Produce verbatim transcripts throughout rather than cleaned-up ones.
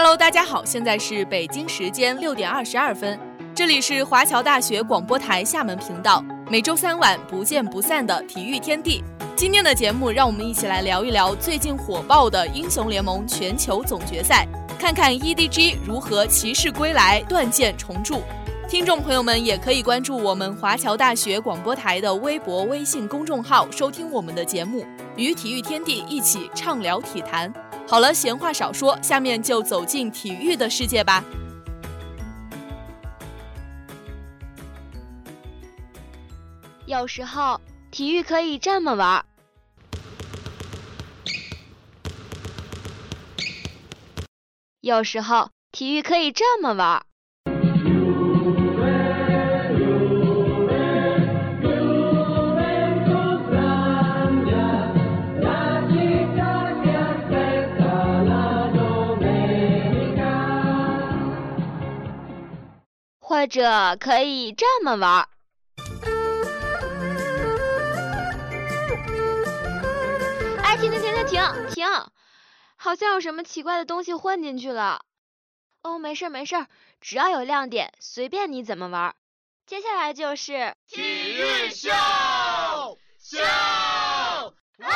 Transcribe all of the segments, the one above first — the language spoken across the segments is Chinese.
Hello， 大家好，现在是北京时间六点二十二分，这里是华侨大学广播台厦门频道，每周三晚不见不散的体育天地。今天的节目，让我们一起来聊一聊最近火爆的英雄联盟全球总决赛，看看 E D G 如何骑士归来，断剑重铸。听众朋友们也可以关注我们华侨大学广播台的微博、微信公众号，收听我们的节目，与体育天地一起畅聊体坛。好了，闲话少说，下面就走进体育的世界吧。 有时候体育可以这么玩，有时候体育可以这么玩。或者可以这么玩。哎，停停停停停停！好像有什么奇怪的东西混进去了。哦，没事没事，只要有亮点，随便你怎么玩。接下来就是体育秀秀哦！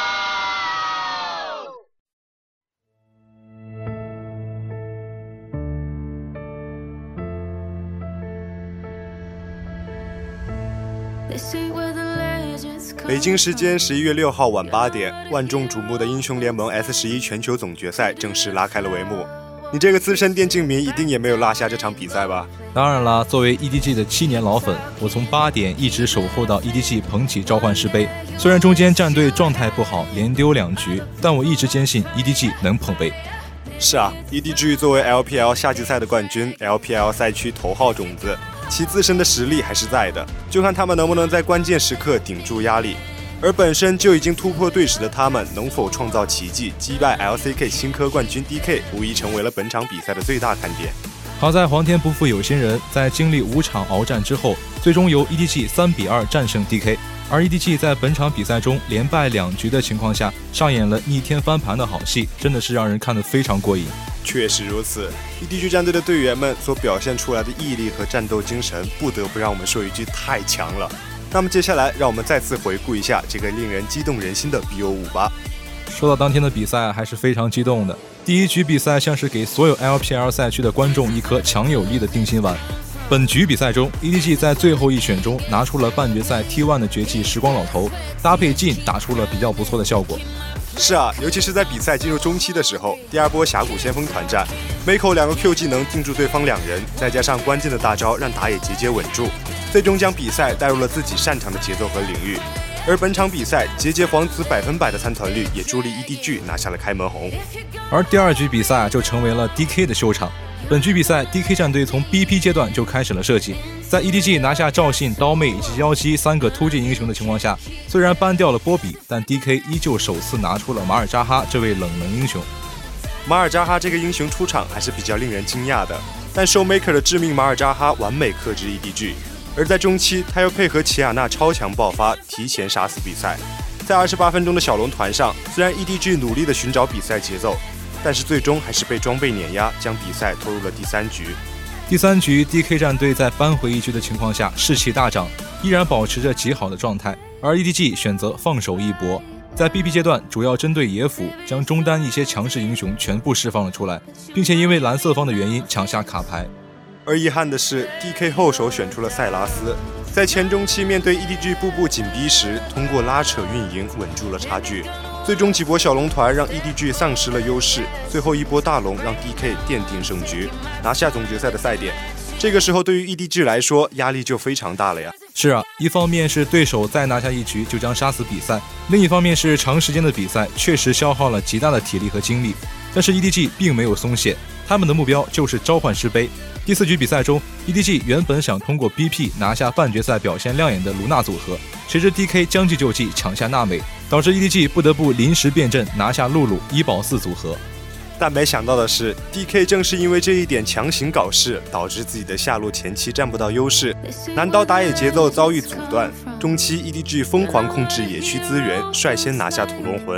北京时间十一月六号晚八点，万众瞩目的英雄联盟 S 十一 全球总决赛正式拉开了帷幕。你这个资深电竞迷一定也没有落下这场比赛吧？ 当然啦，作为 E D G 的七年老粉，我从八点一直守候到 E D G 捧起召唤师杯。虽然中间战队状态不好，连丢两局，但我一直坚信 E D G 能捧杯。 是啊 ，E D G 作为 L P L 夏季赛的冠军 ，L P L 赛区头号种子，其自身的实力还是在的，就看他们能不能在关键时刻顶住压力。而本身就已经突破队史的他们，能否创造奇迹，击败 L C K 新科冠军 D K， 无疑成为了本场比赛的最大看点。 好在皇天不负有心人，在经历五场鏖战之后，最终由 E D G 三比二战胜 D K。而 E D G 在本场比赛中连败两局的情况下，上演了逆天翻盘的好戏，真的是让人看得非常过瘾。 确实如此 ，E D G 战队的队员们所表现出来的毅力和战斗精神，不得不让我们说一句太强了。那么接下来，让我们再次回顾一下这个令人激动人心的 B O 五吧。 说到当天的比赛，还是非常激动的。第一局比赛像是给所有 L P L 赛区的观众一颗强有力的定心丸。本局比赛中 ，E D G 在最后一选中拿出了半决赛 T 一 的绝技时光老头，搭配劲打出了比较不错的效果。 是啊，尤其是在比赛进入中期的时候，第二波峡谷先锋团战，梅口两个 Q 技能定住对方两人，再加上关键的大招让打野节节稳住，最终将比赛带入了自己擅长的节奏和领域。而本场比赛，节节皇子百分百的参团率也助力 E D G 拿下了开门红。 而第二局比赛就成为了 D K 的秀场。本局比赛 D K 战队从 B P 阶段就开始了设计，在 E D G 拿下赵信、刀妹以及妖姬三个突进英雄的情况下，虽然ban掉了波比，但 D K 依旧首次拿出了马尔扎哈这位冷门英雄。 马尔扎哈这个英雄出场还是比较令人惊讶的，但 Showmaker 的致命马尔扎哈完美克制 E D G， 而在中期他又配合奇亚娜超强爆发，提前杀死比赛。在二十八分钟的小龙团上，虽然 E D G 努力地寻找比赛节奏，但是最终还是被装备碾压，将比赛拖入了第三局。 第三局 D K 战队在扳回一局的情况下士气大涨，依然保持着极好的状态，而 E D G 选择放手一搏，在 B P 阶段主要针对野辅，将中单一些强势英雄全部释放了出来，并且因为蓝色方的原因抢下卡牌。 而遗憾的是 D K 后手选出了塞拉斯，在前中期面对 E D G 步步紧逼时，通过拉扯运营稳住了差距。最终几波小龙团让 E D G 丧失了优势，最后一波大龙让 D K 奠定胜局，拿下总决赛的赛点。这个时候对于 E D G 来说压力就非常大了呀。 是啊，一方面是对手再拿下一局就将杀死比赛，另一方面是长时间的比赛确实消耗了极大的体力和精力，但是 E D G 并没有松懈，他们的目标就是召唤师杯。第四局比赛中 E D G 原本想通过 B P 拿下半决赛表现亮眼的卢娜组合，谁知 D K 将计就计抢下娜美，导致 E D G 不得不临时变阵拿下露露一保四组合。 但没想到的是 D K 正是因为这一点强行搞事，导致自己的下路前期占不到优势，南刀打野节奏遭遇阻断，中期 E D G 疯狂控制野区资源，率先拿下屠龙魂。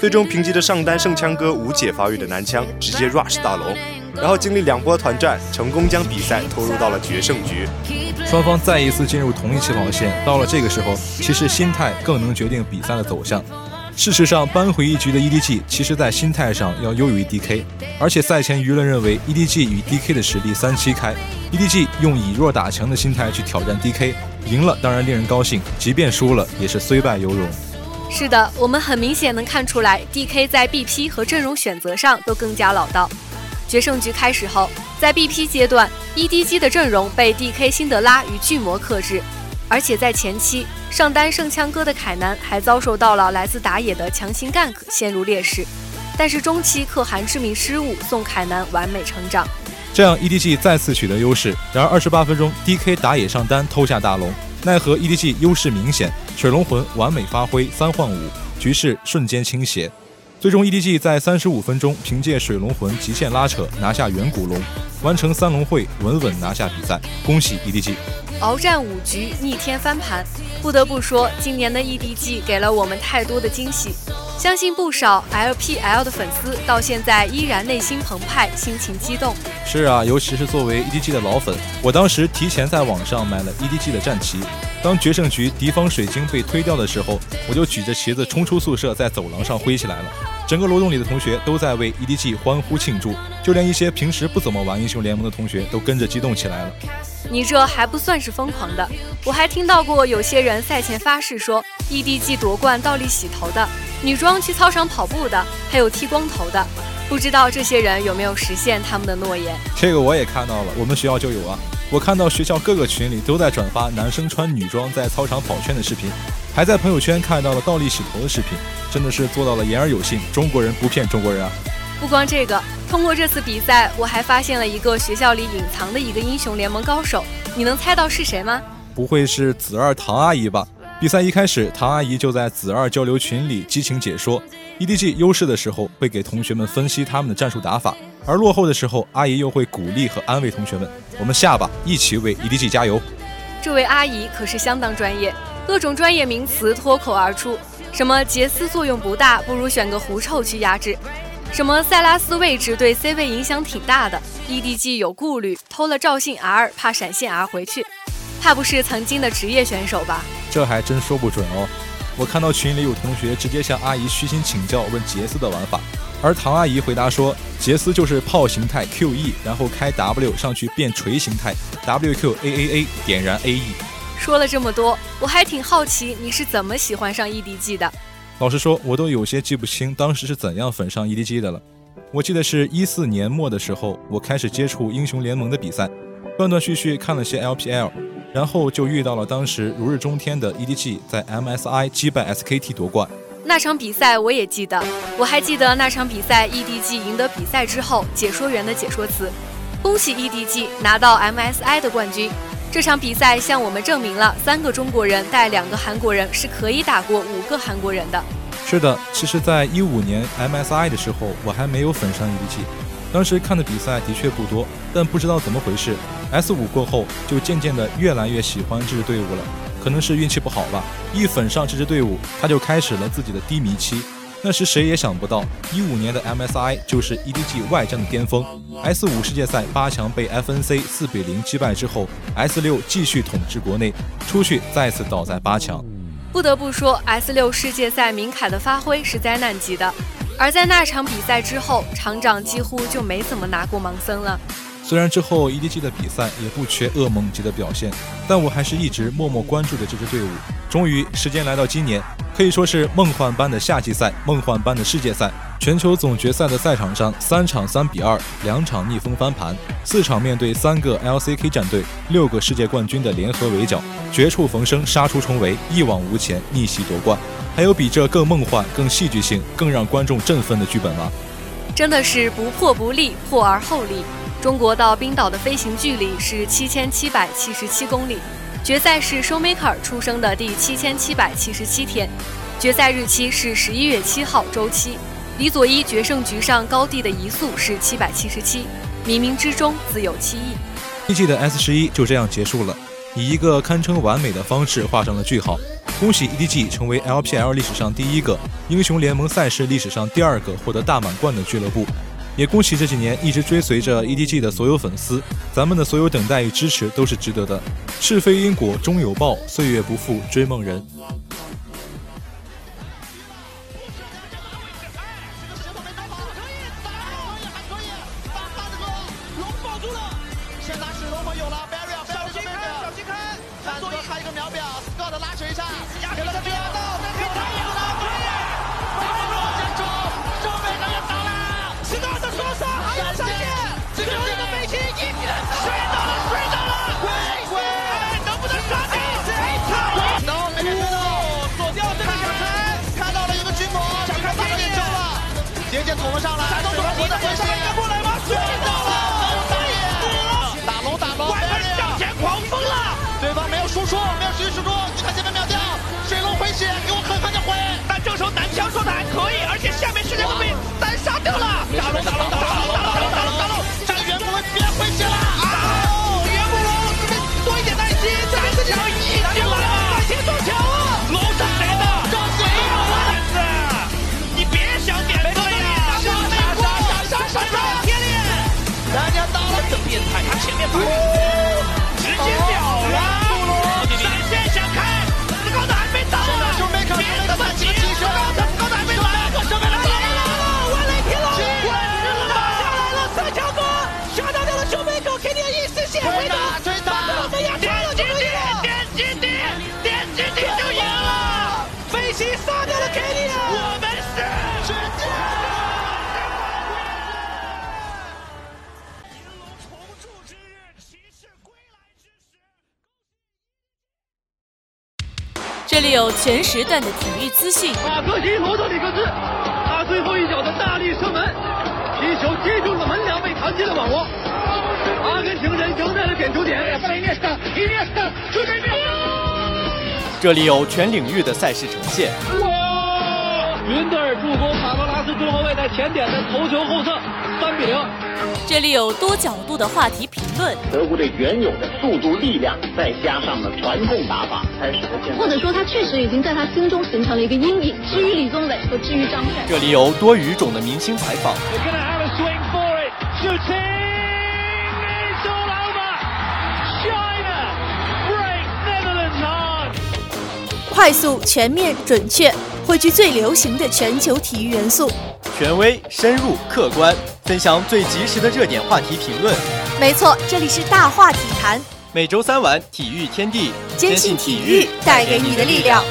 最终凭借着上单圣枪哥无解发育的男枪，直接 rush 大龙，然后经历两波团战，成功将比赛拖入到了决胜局。 双方再一次进入同一起跑线，到了这个时候，其实心态更能决定比赛的走向。事实上，扳回一局的 E D G 其实在心态上要优于 D K， 而且赛前舆论认为 E D G 与 D K 的实力三七开 ，E D G 用以弱打强的心态去挑战 D K， 赢了当然令人高兴，即便输了也是虽败犹荣。 是的，我们很明显能看出来 D K 在 B P 和阵容选择上都更加老道。决胜局开始后，在 B P 阶段 E D G 的阵容被 D K 辛德拉与巨魔克制，而且在前期上单圣枪哥的凯南还遭受到了来自打野的强行 gank， 陷入劣势，但是中期可汗致命失误送凯南完美成长， 这样 E D G 再次取得优势。然而二十八分钟 D K 打野上单偷下大龙，奈何 E D G 优势明显，水龙魂完美发挥三换五，局势瞬间倾斜。最终 E D G 在三十五分钟凭借水龙魂极限拉扯拿下远古龙，完成三龙会，稳稳拿下比赛，恭喜 E D G。 鏖战五局逆天翻盘，不得不说今年的 E D G 给了我们太多的惊喜，相信不少 L P L 的粉丝到现在依然内心澎湃，心情激动。 是啊，尤其是作为 E D G 的老粉，我当时提前在网上买了 E D G 的战旗，当决胜局敌方水晶被推掉的时候，我就举着旗子冲出宿舍，在走廊上挥起来了。整个楼栋里的同学都在为 E D G 欢呼庆祝，就连一些平时不怎么玩英雄联盟的同学都跟着激动起来了。 你这还不算是疯狂的，我还听到过有些人赛前发誓说 E D G 夺冠倒立洗头的，女装去操场跑步的，还有剃光头的，不知道这些人有没有实现他们的诺言。 这个我也看到了，我们学校就有啊，我看到学校各个群里都在转发男生穿女装在操场跑圈的视频，还在朋友圈看到了倒立洗头的视频，真的是做到了言而有信，中国人不骗中国人啊。 不光这个，通过这次比赛，我还发现了一个学校里隐藏的一个英雄联盟高手，你能猜到是谁吗？ 不会是子二唐阿姨吧？比赛一开始，唐阿姨就在子二交流群里激情解说 E D G 优势的时候会给同学们分析他们的战术打法，而落后的时候阿姨又会鼓励和安慰同学们，我们下吧，一起为 E D G 加油。 这位阿姨可是相当专业，各种专业名词脱口而出，什么杰斯作用不大，不如选个狐臭去压制，什么塞拉斯位置对 C 位影响挺大的， E D G 有顾虑，偷了赵信 R 怕闪现 R 回去，怕不是曾经的职业选手吧？ 这还真说不准哦。我看到群里有同学直接向阿姨虚心请教问杰斯的玩法，而唐阿姨回答说杰斯就是炮形态 Q E 然后开 W 上去变锤形态 W Q A A A 点燃 A E。 说了这么多，我还挺好奇你是怎么喜欢上 E D G 的。 老实说，我都有些记不清当时是怎样粉上 E D G 的了。我记得是一四年末的时候，我开始接触英雄联盟的比赛，断断续续看了些 L P L， 然后就遇到了当时如日中天的 E D G 在 M S I 击败 S K T 夺冠。 那场比赛我也记得，我还记得那场比赛 E D G 赢得比赛之后，解说员的解说词：恭喜 E D G 拿到 M S I 的冠军。这场比赛向我们证明了三个中国人带两个韩国人是可以打过五个韩国人的。 是的，其实在一五年 M S I 的时候，我还没有粉上 E D G， 当时看的比赛的确不多，但不知道怎么回事 S 五 过后就渐渐的越来越喜欢这支队伍了，可能是运气不好吧，一粉上这支队伍他就开始了自己的低迷期。那时谁也想不到一五年的 M S I 就是 E D G 外战的巅峰， S 五 世界赛八强被 F N C 四比零击败之后， S 六 继续统治国内，出去再次倒在八强。 不得不说 S 六 世界赛明凯的发挥是灾难级的，而在那场比赛之后，厂长几乎就没怎么拿过盲僧了。 虽然之后 E D G 的比赛也不缺噩梦级的表现，但我还是一直默默关注着这支队伍。终于时间来到今年，可以说是梦幻般的夏季赛，梦幻般的世界赛。全球总决赛的赛场上，三场三比二，两场逆风翻盘，四场面对三个 L C K 战队，六个世界冠军的联合围剿，绝处逢生，杀出重围，一往无前，逆袭夺冠。还有比这更梦幻、更戏剧性、更让观众振奋的剧本吗？ 真的是不破不立，破而后立。中国到冰岛的飞行距离是七千七百七十七公里，决赛是 Showmaker 出生的第七千七百七十七天，决赛日期是十一月七号周七。李佐一决胜局上高地的移速是七百七十七，冥冥之中自有其意。 一季的 S 十一就这样结束了，以一个堪称完美的方式画上了句号。 恭喜 E D G 成为 L P L 历史上第一个、英雄联盟赛事历史上第二个获得大满贯的俱乐部。也恭喜这几年一直追随着 E D G 的所有粉丝，咱们的所有等待与支持都是值得的。是非因果终有报，岁月不负追梦人。 直接捅了上来，打到龙的回上来过来吗？追到了，打野，打龙打龙，外面向前狂风了，对方没有输出，没有持续输出，你看这边秒掉，水龙回血，给我狠狠的回。但这时候男枪说的还可以，而且下面世界不被单杀掉了，打龙打龙打龙打龙打龙打龙打龙，这个袁不龙别回血了，啊，袁不龙这边多一点耐心，三十条一进来了，满天中枪啊，龙是谁的？张杰有我的子，你别想点对。人家打了这变态，他前面把直接秒了，闪现闪开，死高的还没到，别的问题，死高的还没来，上面来了，完雷劈了，打下来了，三强哥杀到掉了兄妹狗 ，K D 一丝线回打，追打，点击点点击点点击点就赢了，飞行杀掉了 K D， 我们是直接。 这里有全时段的体育资讯。 马克西头的里克斯，他最后一脚的大力射门，皮球击中了门梁，被弹进了网窝。阿根廷人赢在了点球点。 这里有全领域的赛事呈现。 哇！云德尔助攻卡罗拉斯中后卫在前点的头球后侧，三比零。 这里有多角度的话题评论， 德国队原有的速度、力量，再加上了传控打法，才使得现在， 或者说他确实已经在他心中形成了一个阴影。至于李宗伟和至于张帅， 这里有多语种的明星采访。 快速、全面、准确，汇聚最流行的全球体育元素。 权威、深入、客观，分享最及时的热点话题评论。 没错，这里是大话体坛。 每周三晚，体育天地， 坚信体育带给你的力量。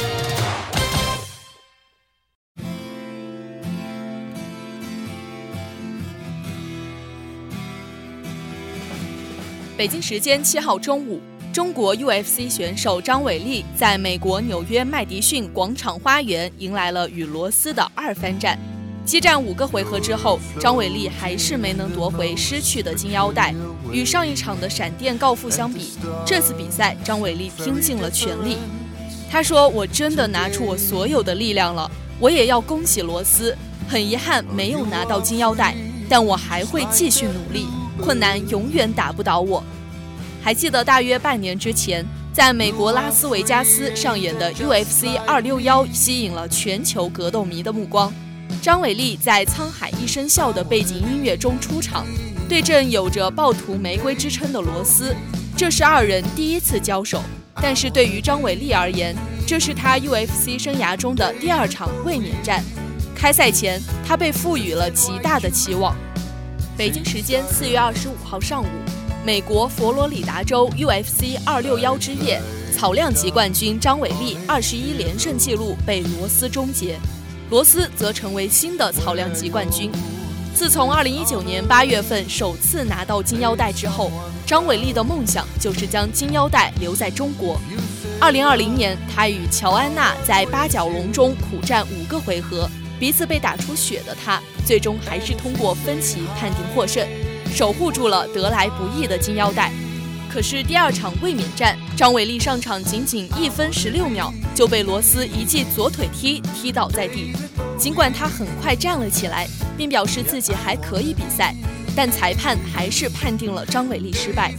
北京时间七号中午，中国 U F C 选手张伟丽在美国纽约麦迪逊广场花园迎来了与罗斯的二番战。激战五个回合之后，张伟丽还是没能夺回失去的金腰带。与上一场的闪电告负相比，这次比赛张伟丽拼尽了全力。他说：“我真的拿出我所有的力量了，我也要恭喜罗斯。很遗憾没有拿到金腰带，但我还会继续努力，困难永远打不倒我。”还记得大约半年之前，在美国拉斯维加斯上演的 U F C 二六一吸引了全球格斗迷的目光。张伟丽在《沧海一声笑》的背景音乐中出场，对阵有着暴徒玫瑰之称的罗斯。这是二人第一次交手，但是对于张伟丽而言，这是他 U F C 生涯中的第二场卫冕战。开赛前，他被赋予了极大的期望。北京时间四月二十五号上午，美国佛罗里达州 U F C 二六一之夜，草量级冠军张伟丽二十一连胜纪录被罗斯终结。罗斯则成为新的草量级冠军。自从二零一九年八月份首次拿到金腰带之后，张伟丽的梦想就是将金腰带留在中国。二零二零年，他与乔安娜在八角笼中苦战五个回合，彼此被打出血的他，最终还是通过分歧判定获胜，守护住了得来不易的金腰带。可是第二场卫冕战，张伟丽上场仅仅一分十六秒就被罗斯一记左腿踢踢倒在地。尽管他很快站了起来，并表示自己还可以比赛，但裁判还是判定了张伟丽失败。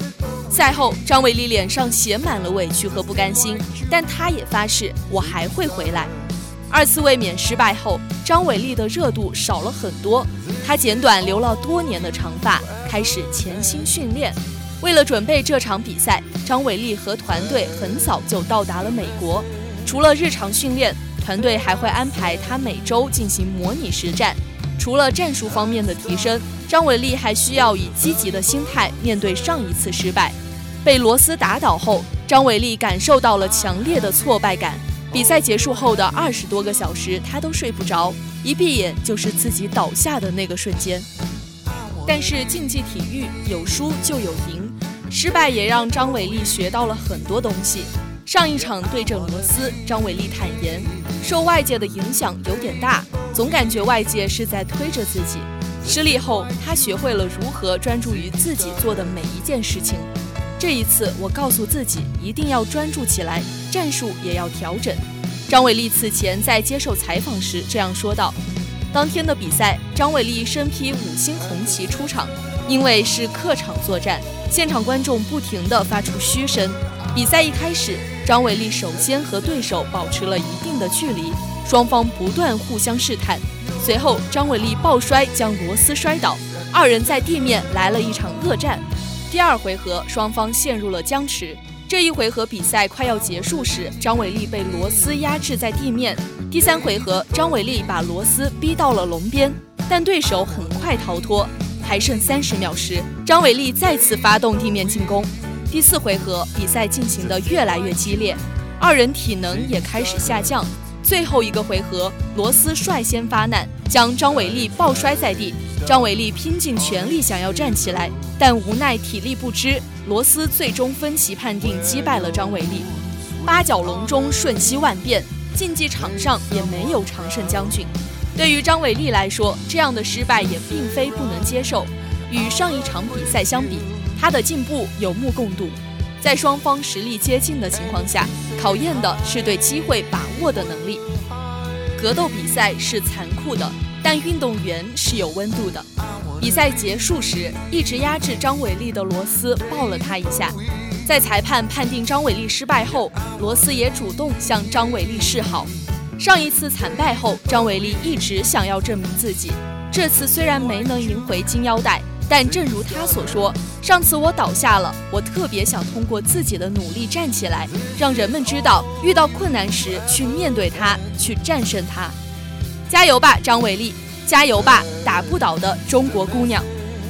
赛后，张伟丽脸上写满了委屈和不甘心，但他也发誓我还会回来。二次卫冕失败后，张伟丽的热度少了很多，她剪短留了多年的长发，开始潜心训练。为了准备这场比赛，张伟丽和团队很早就到达了美国。除了日常训练，团队还会安排她每周进行模拟实战。除了战术方面的提升，张伟丽还需要以积极的心态面对上一次失败。被罗斯打倒后，张伟丽感受到了强烈的挫败感。比赛结束后的二十多个小时，她都睡不着，一闭眼就是自己倒下的那个瞬间。但是竞技体育有输就有赢，失败也让张伟丽学到了很多东西。上一场对阵罗斯，张伟丽坦言，受外界的影响有点大，总感觉外界是在推着自己。失利后，她学会了如何专注于自己做的每一件事情。这一次，我告诉自己一定要专注起来，战术也要调整。张伟丽此前在接受采访时这样说道。当天的比赛，张伟丽身披五星红旗出场，因为是客场作战，现场观众不停地发出嘘声。比赛一开始，张伟丽首先和对手保持了一定的距离，双方不断互相试探。随后，张伟丽抱摔将罗斯摔倒，二人在地面来了一场恶战。第二回合，双方陷入了僵持。这一回合比赛快要结束时，张伟丽被罗斯压制在地面。第三回合，张伟丽把罗斯逼到了笼边，但对手很快逃脱。还剩三十秒时，张伟丽再次发动地面进攻。第四回合，比赛进行得越来越激烈，二人体能也开始下降。最后一个回合，罗斯率先发难，将张伟丽抱摔在地。张伟丽拼尽全力想要站起来，但无奈体力不支，罗斯最终分歧判定击败了张伟丽。八角笼中瞬息万变，竞技场上也没有常胜将军。对于张伟丽来说，这样的失败也并非不能接受。与上一场比赛相比，她的进步有目共睹。在双方实力接近的情况下，考验的是对机会把握的能力。格斗比赛是残酷的，但运动员是有温度的。比赛结束时，一直压制张伟丽的罗斯抱了她一下。在裁判判定张伟丽失败后，罗斯也主动向张伟丽示好。上一次惨败后，张伟丽一直想要证明自己。这次虽然没能赢回金腰带，但正如他所说，上次我倒下了，我特别想通过自己的努力站起来，让人们知道遇到困难时去面对它，去战胜它。加油吧，张伟丽！加油吧，打不倒的中国姑娘！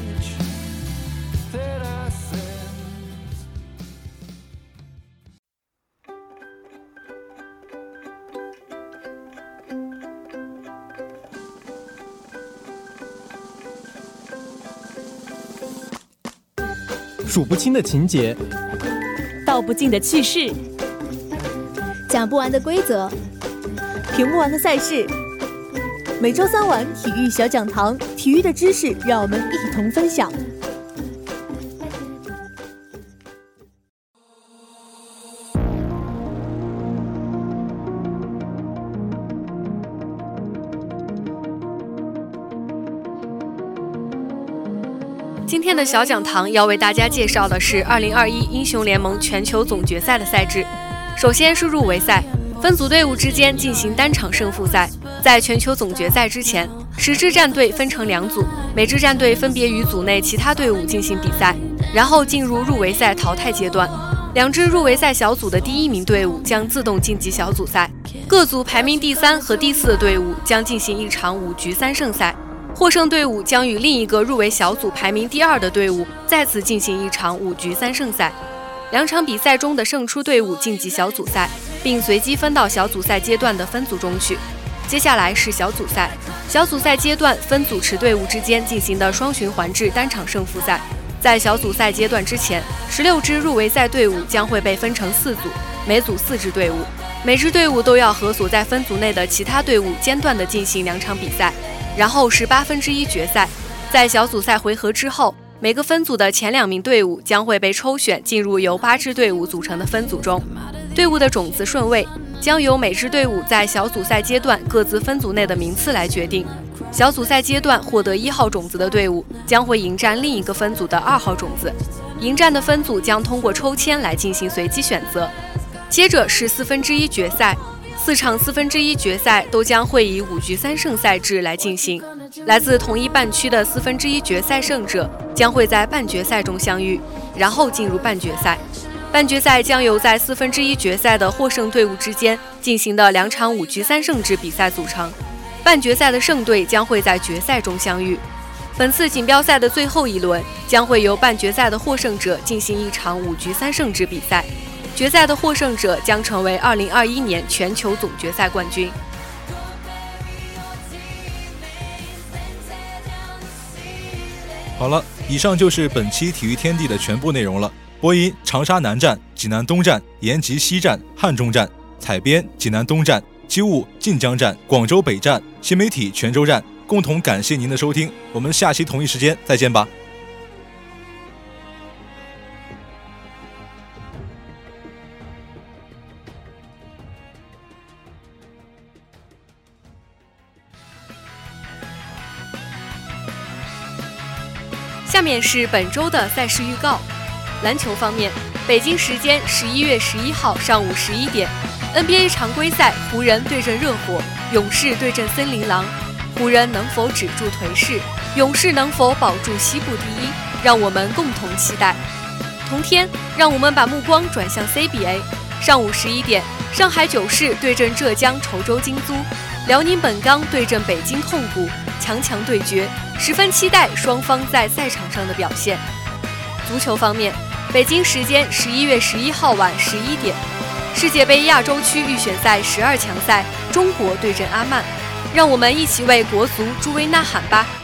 数不清的情节， 道不尽的趣事，讲不完的规则，评不完的赛事。每周三晚体育小讲堂，体育的知识让我们一同分享。 今天的小讲堂要为大家介绍的是二零二一英雄联盟全球总决赛的赛制。首先是入围赛，分组队伍之间进行单场胜负赛。在全球总决赛之前，十支战队分成两组，每支战队分别与组内其他队伍进行比赛，然后进入入围赛淘汰阶段。两支入围赛小组的第一名队伍将自动晋级小组赛，各组排名第三和第四的队伍将进行一场五局三胜赛。获胜队伍将与另一个入围小组排名第二的队伍再次进行一场五局三胜赛。两场比赛中的胜出队伍晋级小组赛，并随机分到小组赛阶段的分组中去。接下来是小组赛，小组赛阶段分组持队伍之间进行的双循环制单场胜负赛。在小组赛阶段之前，十六支入围赛队伍将会被分成四组，每组四支队伍，每支队伍都要和所在分组内的其他队伍间断地进行两场比赛。然后是八分之一决赛，在小组赛回合之后，每个分组的前两名队伍将会被抽选进入由八支队伍组成的分组中。队伍的种子顺位将由每支队伍在小组赛阶段各自分组内的名次来决定。小组赛阶段获得一号种子的队伍将会迎战另一个分组的二号种子。 迎战的分组将通过抽签来进行随机选择。接着是四分之一决赛，四场四分之一决赛都将会以五局三胜赛制来进行。来自同一半区的四分之一决赛胜者将会在半决赛中相遇，然后进入半决赛。半决赛将由在四分之一决赛的获胜队伍之间进行的两场五局三胜制比赛组成。半决赛的胜队将会在决赛中相遇。本次锦标赛的最后一轮将会由半决赛的获胜者进行一场五局三胜制比赛，决赛的获胜者将成为二零二一年全球总决赛冠军。 好了，以上就是本期体育天地的全部内容了。播音：长沙南站、济南东站、延吉西站、汉中站；采编：济南东站、机务：晋江站、广州北站；新媒体：泉州站。共同感谢您的收听，我们下期同一时间再见吧。 下面是本周的赛事预告。篮球方面，北京时间十一月十一号上午十一点 ，N B A 常规赛，湖人对阵热火，勇士对阵森林狼。湖人能否止住颓势？勇士能否保住西部第一？让我们共同期待。同天，让我们把目光转向 C B A。上午十一点，上海九市对阵浙江稠州金租，辽宁本钢对阵北京控股，强强对决，十分期待双方在赛场上的表现。足球方面，北京时间十一月十一号晚十一点，世界杯亚洲区预选赛十二强赛，中国对阵阿曼。让我们一起为国足助威呐喊吧！